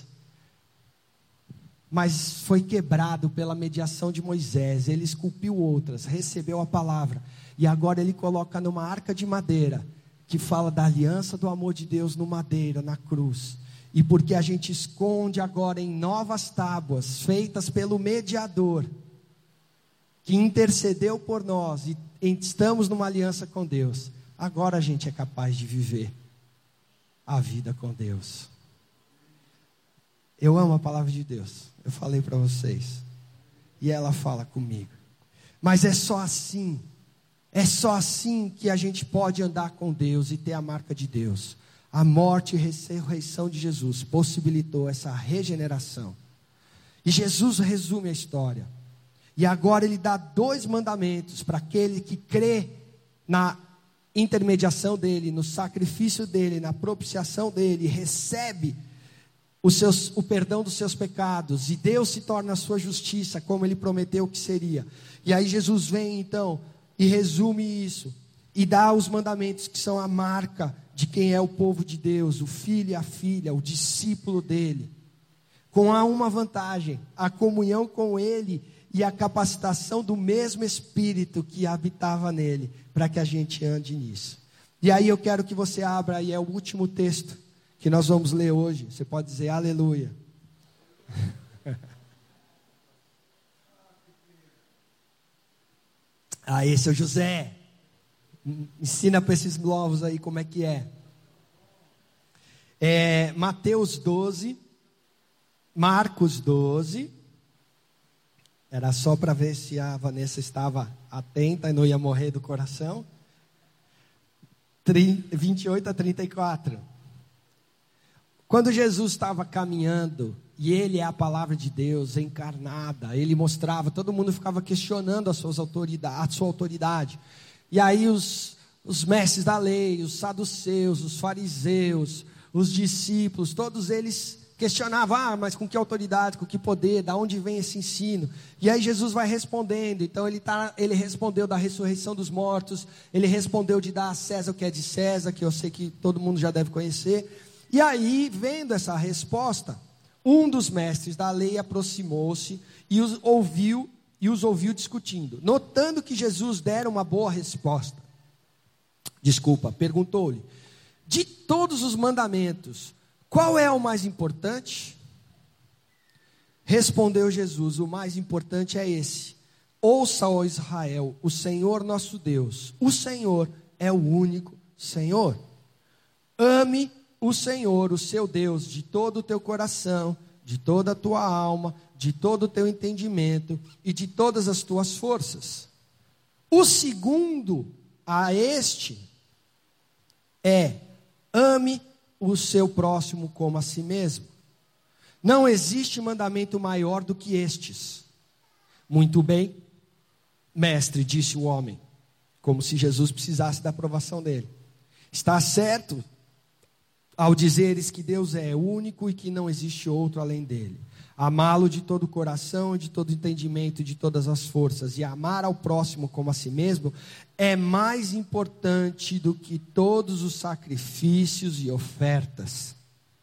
Mas foi quebrado pela mediação de Moisés, ele esculpiu outras, recebeu a palavra, e agora ele coloca numa arca de madeira, que fala da aliança do amor de Deus no madeira, na cruz. E porque a gente esconde agora em novas tábuas, feitas pelo mediador, que intercedeu por nós, e estamos numa aliança com Deus, agora a gente é capaz de viver a vida com Deus. Eu amo a palavra de Deus, eu falei para vocês, e ela fala comigo, mas é só assim, é só assim que a gente pode andar com Deus e ter a marca de Deus. A morte e ressurreição de Jesus possibilitou essa regeneração, e Jesus resume a história, e agora ele dá dois mandamentos para aquele que crê na intermediação dele, no sacrifício dele, na propiciação dele, recebe Os seus, o perdão dos seus pecados, e Deus se torna a sua justiça, como Ele prometeu que seria. E aí Jesus vem então, e resume isso, e dá os mandamentos que são a marca de quem é o povo de Deus, o filho e a filha, o discípulo dele, com uma vantagem, a comunhão com Ele, e a capacitação do mesmo Espírito que habitava nele, para que a gente ande nisso. E aí eu quero que você abra, e é o último texto que nós vamos ler hoje. Você pode dizer aleluia. Aí, seu José, ensina para esses novos aí como é que é. É Mateus doze, Marcos doze. Era só para ver se a Vanessa estava atenta e não ia morrer do coração. vinte e oito a trinta e quatro. Quando Jesus estava caminhando, e Ele é a palavra de Deus encarnada, Ele mostrava, todo mundo ficava questionando as suas autoridade, a sua autoridade. E aí os, os mestres da lei, os saduceus, os fariseus, os discípulos, todos eles questionavam, ah, mas com que autoridade, com que poder, da onde vem esse ensino? E aí Jesus vai respondendo. Então ele, tá, ele respondeu da ressurreição dos mortos, ele respondeu de dar a César o que é de César, que eu sei que todo mundo já deve conhecer. E aí, vendo essa resposta, um dos mestres da lei aproximou-se e os ouviu, e os ouviu discutindo. Notando que Jesus dera uma boa resposta, desculpa, perguntou-lhe, de todos os mandamentos, qual é o mais importante? Respondeu Jesus, o mais importante é esse: ouça, ó Israel, o Senhor nosso Deus, o Senhor é o único Senhor. Ame o Senhor, o seu Deus, de todo o teu coração, de toda a tua alma, de todo o teu entendimento e de todas as tuas forças. O segundo a este é: ame o seu próximo como a si mesmo. Não existe mandamento maior do que estes. Muito bem, mestre, disse o homem, como se Jesus precisasse da aprovação dele. Está certo ao dizeres que Deus é único e que não existe outro além dele. Amá-lo de todo o coração, de todo o entendimento, de todas as forças, e amar ao próximo como a si mesmo, é mais importante do que todos os sacrifícios e ofertas.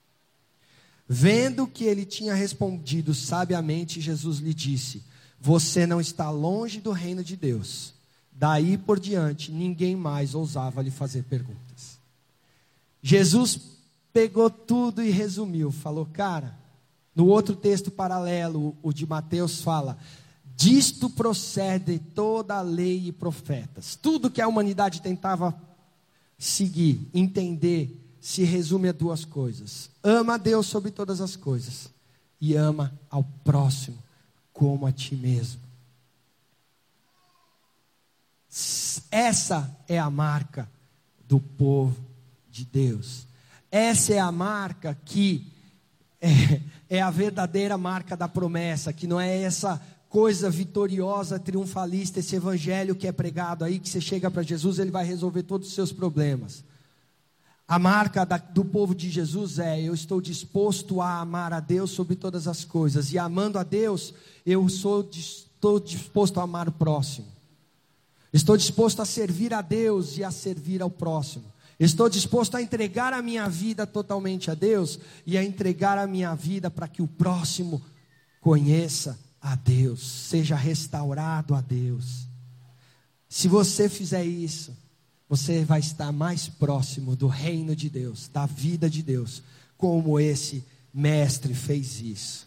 Vendo que ele tinha respondido sabiamente, Jesus lhe disse: você não está longe do reino de Deus. Daí por diante, ninguém mais ousava lhe fazer perguntas. Jesus pegou tudo e resumiu, falou, cara, no outro texto paralelo, o de Mateus fala, disto procede toda a lei e profetas. Tudo que a humanidade tentava seguir, entender, se resume a duas coisas: ama a Deus sobre todas as coisas e ama ao próximo como a ti mesmo. Essa é a marca do povo de Deus. Essa é a marca que é, é a verdadeira marca da promessa, que não é essa coisa vitoriosa, triunfalista, esse evangelho que é pregado aí, que você chega para Jesus, ele vai resolver todos os seus problemas. A marca da, do povo de Jesus é: eu estou disposto a amar a Deus sobre todas as coisas, e amando a Deus, eu sou, estou disposto a amar o próximo. Estou disposto a servir a Deus e a servir ao próximo. Estou disposto a entregar a minha vida totalmente a Deus e a entregar a minha vida para que o próximo conheça a Deus, seja restaurado a Deus. Se você fizer isso, você vai estar mais próximo do reino de Deus, da vida de Deus, como esse mestre fez isso.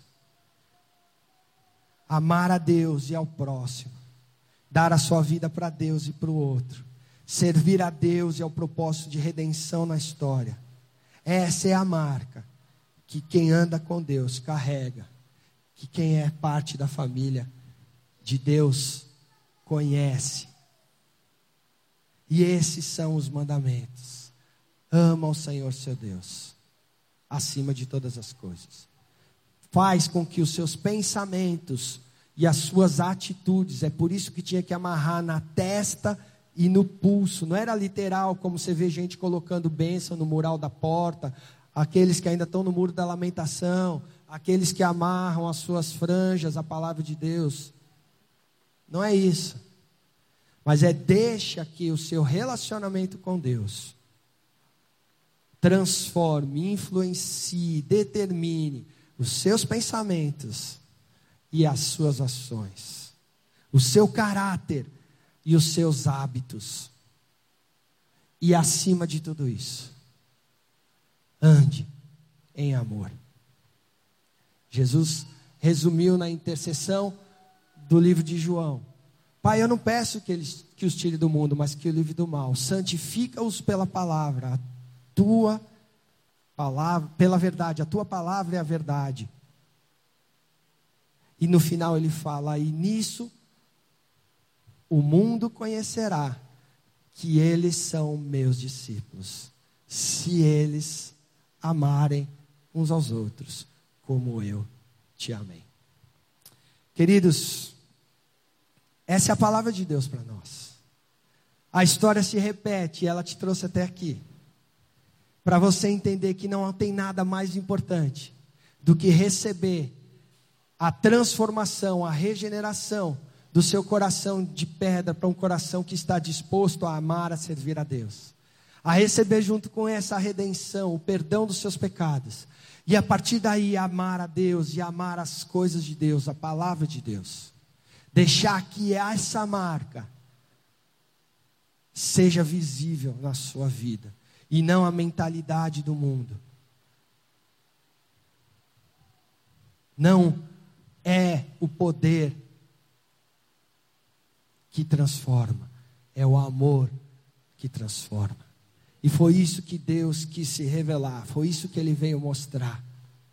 Amar a Deus e ao próximo, dar a sua vida para Deus e para o outro, servir a Deus e ao propósito de redenção na história. Essa é a marca que quem anda com Deus carrega, que quem é parte da família de Deus conhece. E esses são os mandamentos: ama o Senhor seu Deus acima de todas as coisas. Faz com que os seus pensamentos e as suas atitudes, é por isso que tinha que amarrar na testa e no pulso, não era literal, como você vê gente colocando bênção no mural da porta, aqueles que ainda estão no muro da lamentação, aqueles que amarram as suas franjas, a palavra de Deus. Não é isso. Mas é: deixa que o seu relacionamento com Deus transforme, influencie, determine os seus pensamentos e as suas ações, o seu caráter e os seus hábitos. E acima de tudo isso, ande em amor. Jesus resumiu na intercessão do livro de João: Pai, eu não peço que, eles, que os tire do mundo, mas que o livre do mal. Santifica-os pela palavra, a tua palavra, pela verdade, a tua palavra é a verdade. E no final ele fala: e nisso o mundo conhecerá que eles são meus discípulos, se eles amarem uns aos outros, como eu te amei. Queridos, essa é a palavra de Deus para nós. A história se repete, e ela te trouxe até aqui, para você entender que não tem nada mais importante do que receber a transformação, a regeneração do seu coração de pedra para um coração que está disposto a amar, a servir a Deus, a receber junto com essa redenção, o perdão dos seus pecados, e a partir daí amar a Deus e amar as coisas de Deus, a palavra de Deus. Deixar que essa marca seja visível na sua vida, e não a mentalidade do mundo. Não é o poder que transforma, é o amor que transforma. E foi isso que Deus quis se revelar, foi isso que Ele veio mostrar.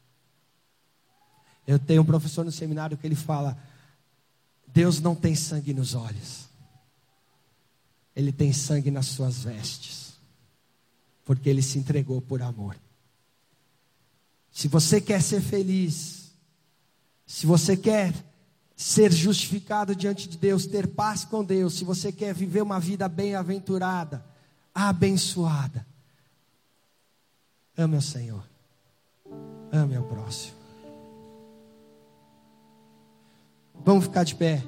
Eu tenho um professor no seminário que ele fala: Deus não tem sangue nos olhos, Ele tem sangue nas suas vestes, porque Ele se entregou por amor. Se você quer ser feliz, se você quer ser justificado diante de Deus, ter paz com Deus, se você quer viver uma vida bem-aventurada, abençoada, ame ao Senhor, ame ao próximo. Vamos ficar de pé.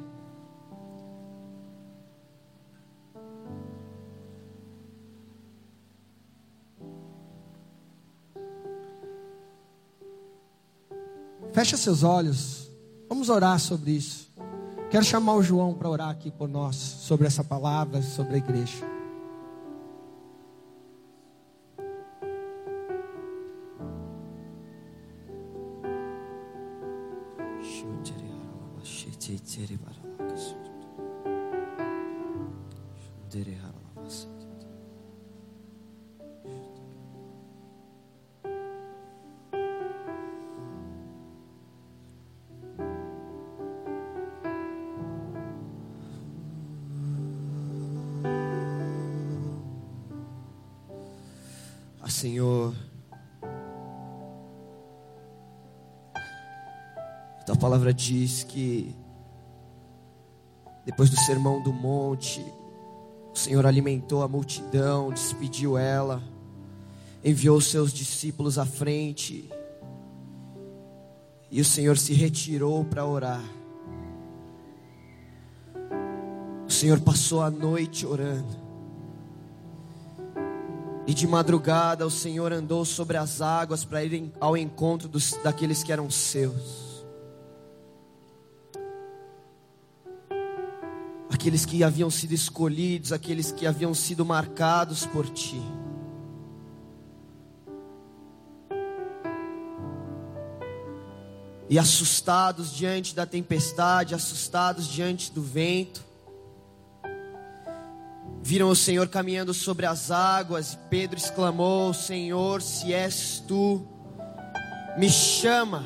Fecha seus olhos. Vamos orar sobre isso. Quero chamar o João para orar aqui por nós, sobre essa palavra, sobre a igreja. Senhor, a tua palavra diz que Depois do sermão do monte, o Senhor alimentou a multidão, despediu ela, enviou seus discípulos à frente, e o Senhor se retirou para orar. O Senhor passou a noite orando, e de madrugada o Senhor andou sobre as águas para ir ao encontro dos, daqueles que eram seus. Aqueles que haviam sido escolhidos, aqueles que haviam sido marcados por Ti. E assustados diante da tempestade, assustados diante do vento, viram o Senhor caminhando sobre as águas, e Pedro exclamou: Senhor, se és Tu, me chama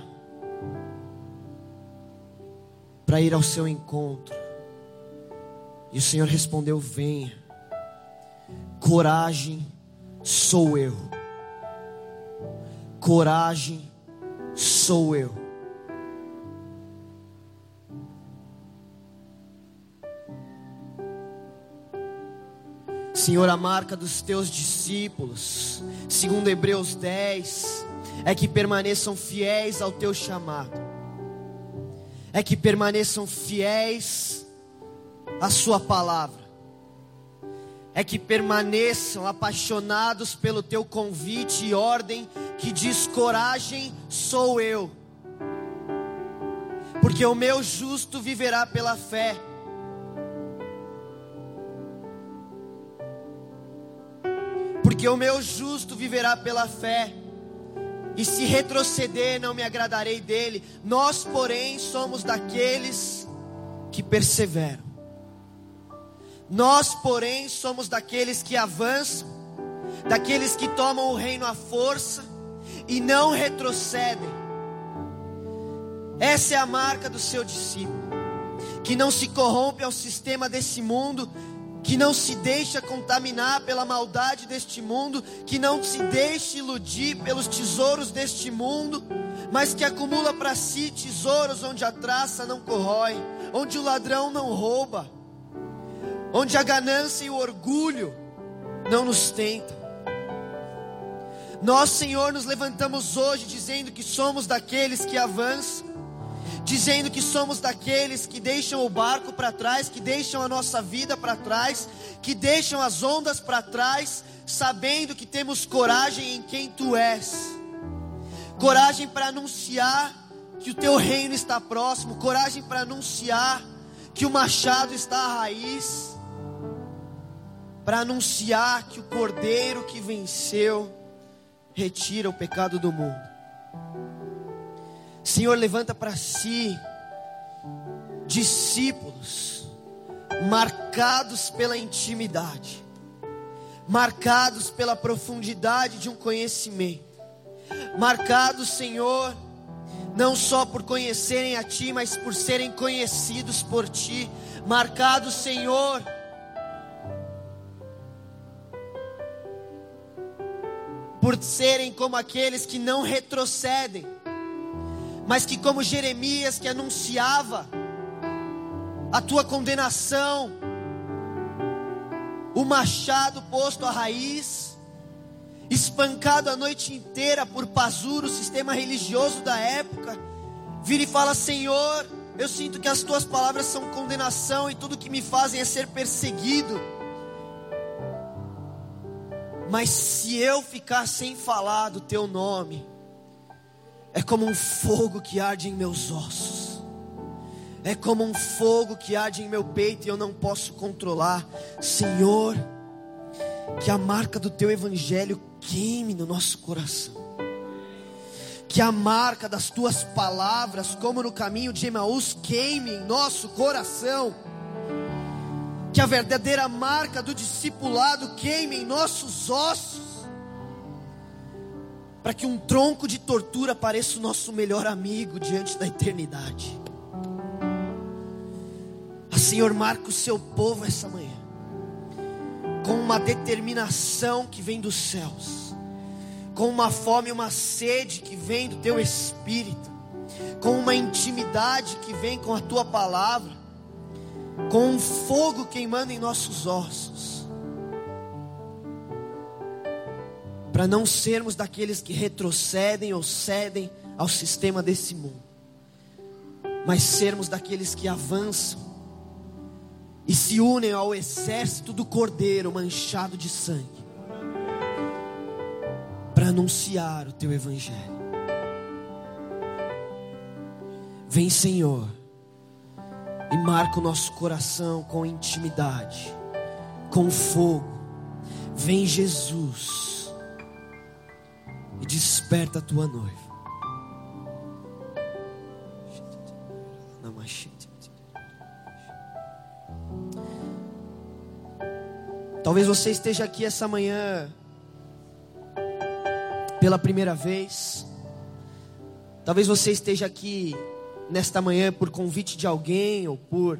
para ir ao seu encontro. E o Senhor respondeu: venha, coragem sou eu, coragem sou eu. Senhor, a marca dos teus discípulos, segundo Hebreus dez, é que permaneçam fiéis ao teu chamado, é que permaneçam fiéis à sua palavra, é que permaneçam apaixonados pelo teu convite e ordem que diz: coragem sou eu, porque o meu justo viverá pela fé. Porque o meu justo viverá pela fé, e se retroceder não me agradarei dele. Nós, porém, somos daqueles que perseveram. Nós, porém, somos daqueles que avançam, daqueles que tomam o reino à força e não retrocedem. Essa é a marca do seu discípulo, que não se corrompe ao sistema desse mundo, que não se deixa contaminar pela maldade deste mundo, que não se deixa iludir pelos tesouros deste mundo, mas que acumula para si tesouros onde a traça não corrói, onde o ladrão não rouba, onde a ganância e o orgulho não nos tentam. Nós, Senhor, nos levantamos hoje dizendo que somos daqueles que avançam, dizendo que somos daqueles que deixam o barco para trás, que deixam a nossa vida para trás, que deixam as ondas para trás, sabendo que temos coragem em quem Tu és, coragem para anunciar que o Teu reino está próximo, coragem para anunciar que o machado está à raiz, para anunciar que o Cordeiro que venceu retira o pecado do mundo. Senhor, levanta para si discípulos marcados pela intimidade, marcados pela profundidade de um conhecimento, marcados, Senhor, não só por conhecerem a Ti, mas por serem conhecidos por Ti, marcados, Senhor, por serem como aqueles que não retrocedem, mas que, como Jeremias, que anunciava a Tua condenação, o machado posto à raiz, espancado a noite inteira por Pazur, o sistema religioso da época, vira e fala: Senhor, eu sinto que as Tuas palavras são condenação e tudo que me fazem é ser perseguido. Mas se eu ficar sem falar do Teu nome, é como um fogo que arde em meus ossos, é como um fogo que arde em meu peito e eu não posso controlar. Senhor, que a marca do Teu evangelho queime no nosso coração, que a marca das Tuas palavras, como no caminho de Emaús, queime em nosso coração, que a verdadeira marca do discipulado queime em nossos ossos, para que um tronco de tortura pareça o nosso melhor amigo diante da eternidade. A Senhor, marca o Seu povo essa manhã, com uma determinação que vem dos céus, com uma fome e uma sede que vem do Teu Espírito, com uma intimidade que vem com a Tua palavra, com um fogo queimando em nossos ossos, para não sermos daqueles que retrocedem ou cedem ao sistema desse mundo, mas sermos daqueles que avançam e se unem ao exército do Cordeiro manchado de sangue, para anunciar o teu evangelho. Vem, Senhor, e marca o nosso coração com intimidade, com fogo. Vem, Jesus, e desperta a tua noiva. Talvez você esteja aqui essa manhã pela primeira vez. Talvez você esteja aqui nesta manhã por convite de alguém ou por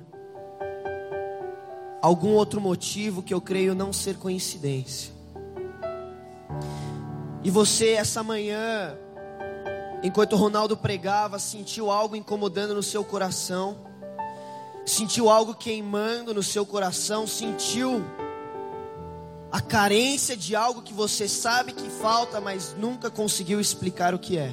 algum outro motivo que eu creio não ser coincidência. E você essa manhã, enquanto o Ronaldo pregava, sentiu algo incomodando no seu coração, sentiu algo queimando no seu coração, sentiu a carência de algo que você sabe que falta, mas nunca conseguiu explicar o que é.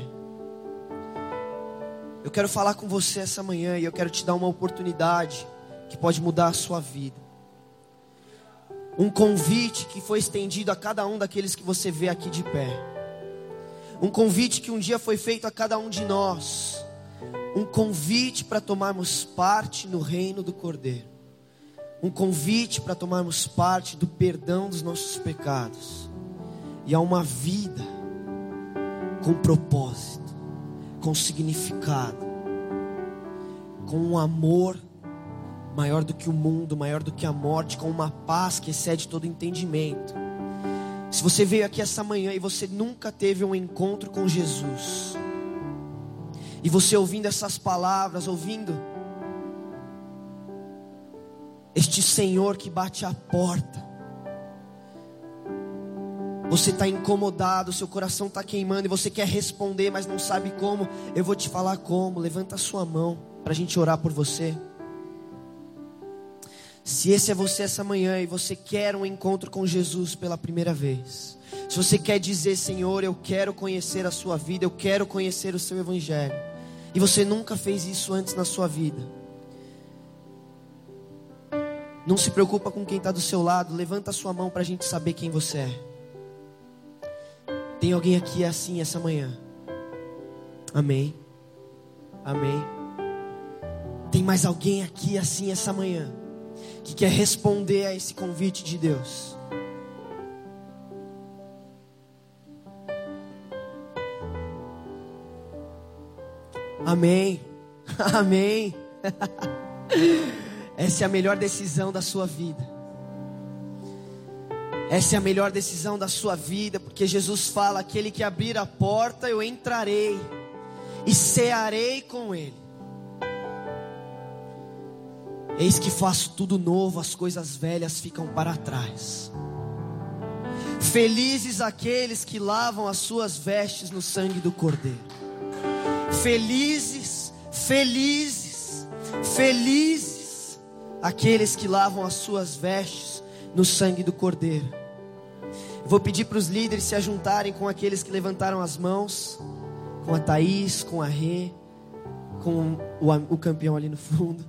Eu quero falar com você essa manhã e eu quero te dar uma oportunidade que pode mudar a sua vida. Um convite que foi estendido a cada um daqueles que você vê aqui de pé. Um convite que um dia foi feito a cada um de nós. Um convite para tomarmos parte no reino do Cordeiro. Um convite para tomarmos parte do perdão dos nossos pecados. E a uma vida com propósito, com significado, com um amor maior do que o mundo, maior do que a morte, com uma paz que excede todo entendimento. Se você veio aqui essa manhã e você nunca teve um encontro com Jesus, e você ouvindo essas palavras, ouvindo este Senhor que bate a porta, você está incomodado, seu coração está queimando e você quer responder, mas não sabe como. Eu vou te falar como. Levanta a sua mão para a gente orar por você. Se esse é você essa manhã e você quer um encontro com Jesus pela primeira vez, se você quer dizer: Senhor, eu quero conhecer a sua vida, eu quero conhecer o seu evangelho, e você nunca fez isso antes na sua vida, não se preocupa com quem está do seu lado. Levanta a sua mão para a gente saber quem você é. Tem alguém aqui assim essa manhã? Amém. Amém. Tem mais alguém aqui assim essa manhã que quer responder a esse convite de Deus? Amém. Amém. Essa é a melhor decisão da sua vida. Essa é a melhor decisão da sua vida, porque Jesus fala: aquele que abrir a porta, eu entrarei e cearei com ele. Eis que faço tudo novo, as coisas velhas ficam para trás. Felizes aqueles que lavam as suas vestes no sangue do Cordeiro. Felizes, felizes, felizes aqueles que lavam as suas vestes no sangue do Cordeiro. Eu vou pedir para os líderes se ajuntarem com aqueles que levantaram as mãos, com a Thaís, com a Rê, com o, o campeão ali no fundo.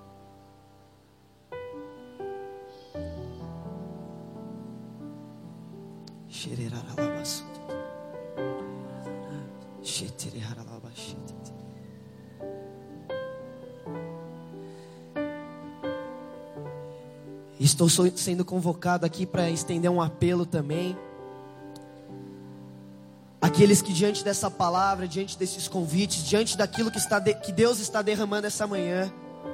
Estou sendo convocado aqui para estender um apelo também. Aqueles que diante dessa palavra, diante desses convites, diante daquilo que, está de, que Deus está derramando essa manhã,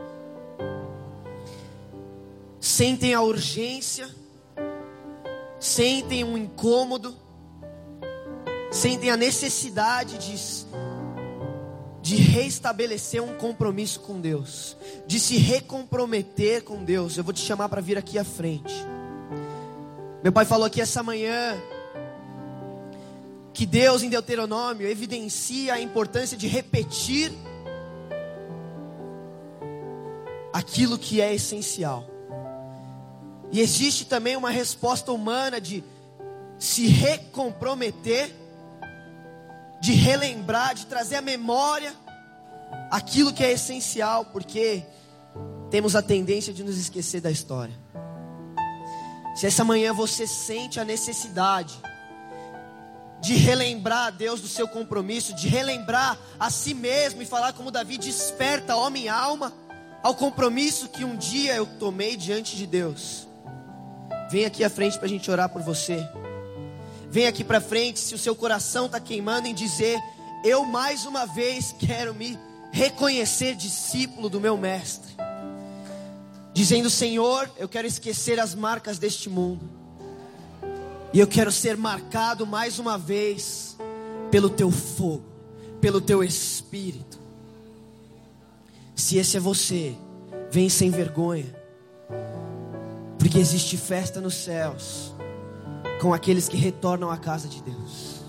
sentem a urgência, sentem um incômodo, sentem a necessidade de, de reestabelecer um compromisso com Deus, de se recomprometer com Deus. Eu vou te chamar para vir aqui à frente. Meu pai falou aqui essa manhã que Deus em Deuteronômio evidencia a importância de repetir aquilo que é essencial. E existe também uma resposta humana de se recomprometer, de relembrar, de trazer à memória aquilo que é essencial, porque temos a tendência de nos esquecer da história. Se essa manhã você sente a necessidade de relembrar a Deus do seu compromisso, de relembrar a si mesmo e falar como Davi: desperta, ó minha alma, ao compromisso que um dia eu tomei diante de Deus. Vem aqui à frente para a gente orar por você. Vem aqui para frente se o seu coração está queimando em dizer: eu mais uma vez quero me reconhecer discípulo do meu mestre. Dizendo: Senhor, eu quero esquecer as marcas deste mundo. E eu quero ser marcado mais uma vez pelo teu fogo, pelo teu Espírito. Se esse é você, vem sem vergonha, porque existe festa nos céus com aqueles que retornam à casa de Deus.